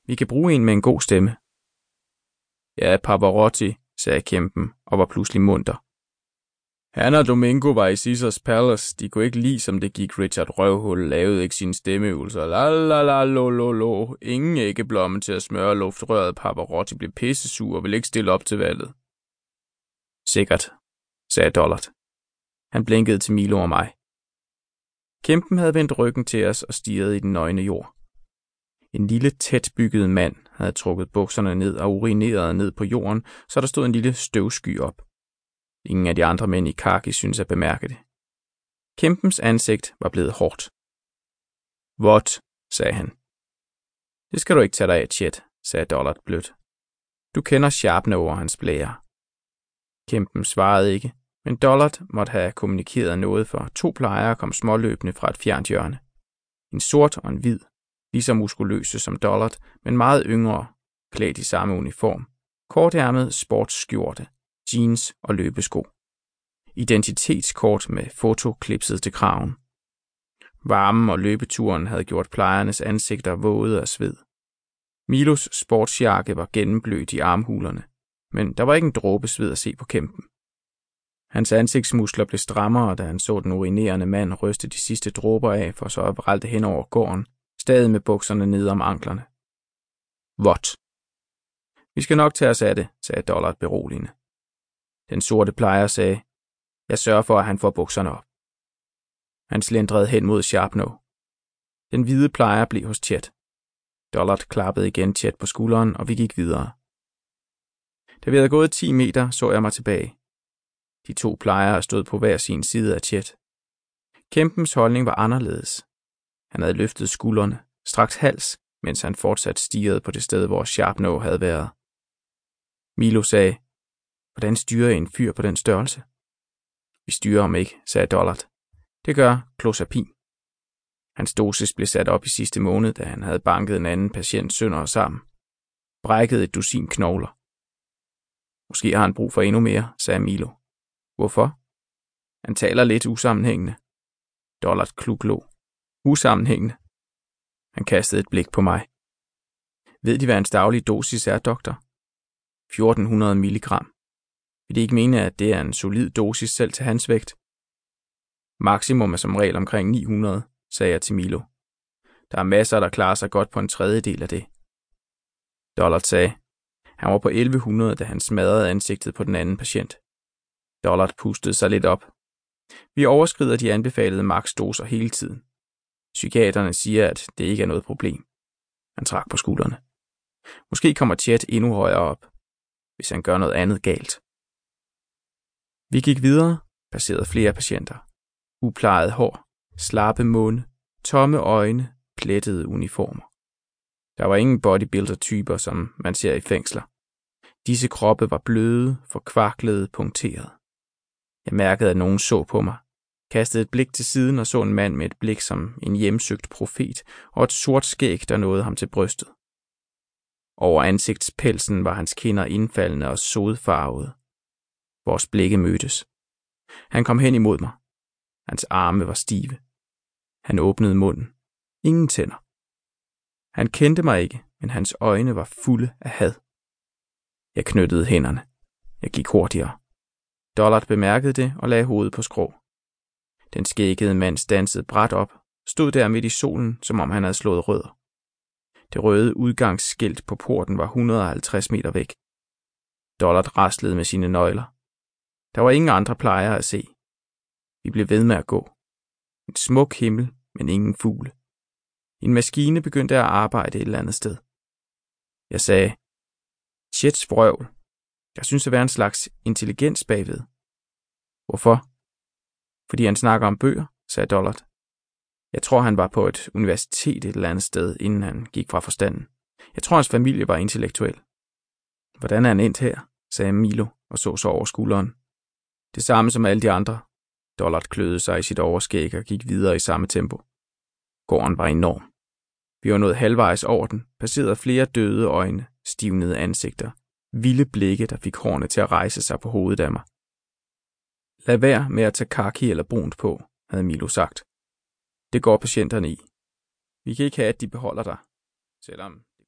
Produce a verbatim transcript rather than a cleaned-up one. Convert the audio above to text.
Vi kan bruge en med en god stemme. Ja, Pavarotti, sagde Kæmpen og var pludselig munter. Han og Domingo var i Caesars Palace. De kunne ikke lide, som det gik. Richard Røvhul lavede ikke sine stemmeøvelser. La la la lo lo lo. Ingen æggeblomme til at smøre luftrøret. Pavarotti blev pissesur og ville ikke stille op til valget. Sikkert, sagde Dollard. Han blinkede til Milo og mig. Kæmpen havde vendt ryggen til os og stirrede i den nøgne jord. En lille, tæt bygget mand havde trukket bukserne ned og urineret ned på jorden, så der stod en lille støvsky op. Ingen af de andre mænd i khaki syntes at bemærke det. Kæmpens ansigt var blevet hårdt. What? Sagde han. Det skal du ikke tage dig af, Chet, sagde Dollard blødt. Du kender Sharpnose og hans blære. Kæmpen svarede ikke, men Dollard måtte have kommunikeret noget, for to plejere kom småløbende fra et fjernt hjørne. En sort og en hvid, lige så muskuløse som Dollard, men meget yngre, klædt i samme uniform, kortærmet sportsskjorte, jeans og løbesko. Identitetskort med foto klipset til kraven. Varmen og løbeturen havde gjort plejernes ansigter våde af sved. Milos sportsjakke var gennemblødt i armhulerne, men der var ikke en dråbe sved at se på Kæmpen. Hans ansigtsmuskler blev strammere, da han så den urinerende mand ryste de sidste dråber af, for så at vralte hen over gården, stadig med bukserne nede om anklerne. What? Vi skal nok tage os af det, sagde Dollard beroligende. Den sorte plejer sagde, jeg sørger for, at han får bukserne op. Han slendrede hen mod Sharpnose. Den hvide plejer blev hos Chet. Dollard klappede igen Chet på skulderen, og vi gik videre. Da vi havde gået ti meter, så jeg mig tilbage. De to plejere stod på hver sin side af Chet. Kæmpens holdning var anderledes. Han havde løftet skuldrene, strakt hals, mens han fortsat stirrede på det sted, hvor Sharpnose havde været. Milo sagde, hvordan styrer en fyr på den størrelse? Vi styrer ham ikke, sagde Dollard. Det gør Clozapin. Hans dosis blev sat op i sidste måned, da han havde banket en anden patient sønder sammen. Brækket et dusin knogler. Måske har han brug for endnu mere, sagde Milo. Hvorfor? Han taler lidt usammenhængende. Dollard kluklå. Usammenhængende. Han kastede et blik på mig. Ved de, hvad hans daglige dosis er, doktor? fjorten hundrede milligram. Vil det ikke mene, at det er en solid dosis selv til hans vægt? Maksimum er som regel omkring ni hundrede, sagde jeg til Milo. Der er masser, der klarer sig godt på en tredjedel af det. Dollard sagde, han var på elleve hundrede, da han smadrede ansigtet på den anden patient. Dollard pustede sig lidt op. Vi overskrider de anbefalede maksdoser hele tiden. Psykiaterne siger, at det ikke er noget problem. Han trak på skuldrene. Måske kommer Chet endnu højere op, hvis han gør noget andet galt. Vi gik videre, passerede flere patienter. Uplejet hår, slappe munde, tomme øjne, plettede uniformer. Der var ingen bodybuilder-typer, som man ser i fængsler. Disse kroppe var bløde, forkvaklede, punkteret. Jeg mærkede, at nogen så på mig. Kastede et blik til siden og så en mand med et blik som en hjemsøgt profet og et sort skæg, der nåede ham til brystet. Over ansigtspelsen var hans kinder indfaldende og sodfarvede. Vores blikke mødtes. Han kom hen imod mig. Hans arme var stive. Han åbnede munden. Ingen tænder. Han kendte mig ikke, men hans øjne var fulde af had. Jeg knyttede hænderne. Jeg gik hurtigere. Dollard bemærkede det og lagde hovedet på skrå. Den skæggede mand standsede brat op, stod der midt i solen, som om han havde slået rødder. Det røde udgangsskilt på porten var et hundrede og halvtreds meter væk. Dollard raslede med sine nøgler. Der var ingen andre plejere at se. Vi blev ved med at gå. En smuk himmel, men ingen fugle. En maskine begyndte at arbejde et eller andet sted. Jeg sagde, Chets vrøvl. Der synes at være en slags intelligens bagved. Hvorfor? Fordi han snakker om bøger, sagde Dollard. Jeg tror, han var på et universitet et eller andet sted, inden han gik fra forstanden. Jeg tror, hans familie var intellektuel. Hvordan er han endt her? Sagde Milo og så så over skulderen. Det samme som alle de andre. Dollard kløede sig i sit overskæg og gik videre i samme tempo. Gården var enorm. Vi var nået halvvejs over den, passerede flere døde øjne, stivnede ansigter, vilde blikke, der fik hårene til at rejse sig på hovedet af mig. Lad være med at tage kaki eller brunt på, havde Milo sagt. Det går patienterne i. Vi kan ikke have, at de beholder dig, selvom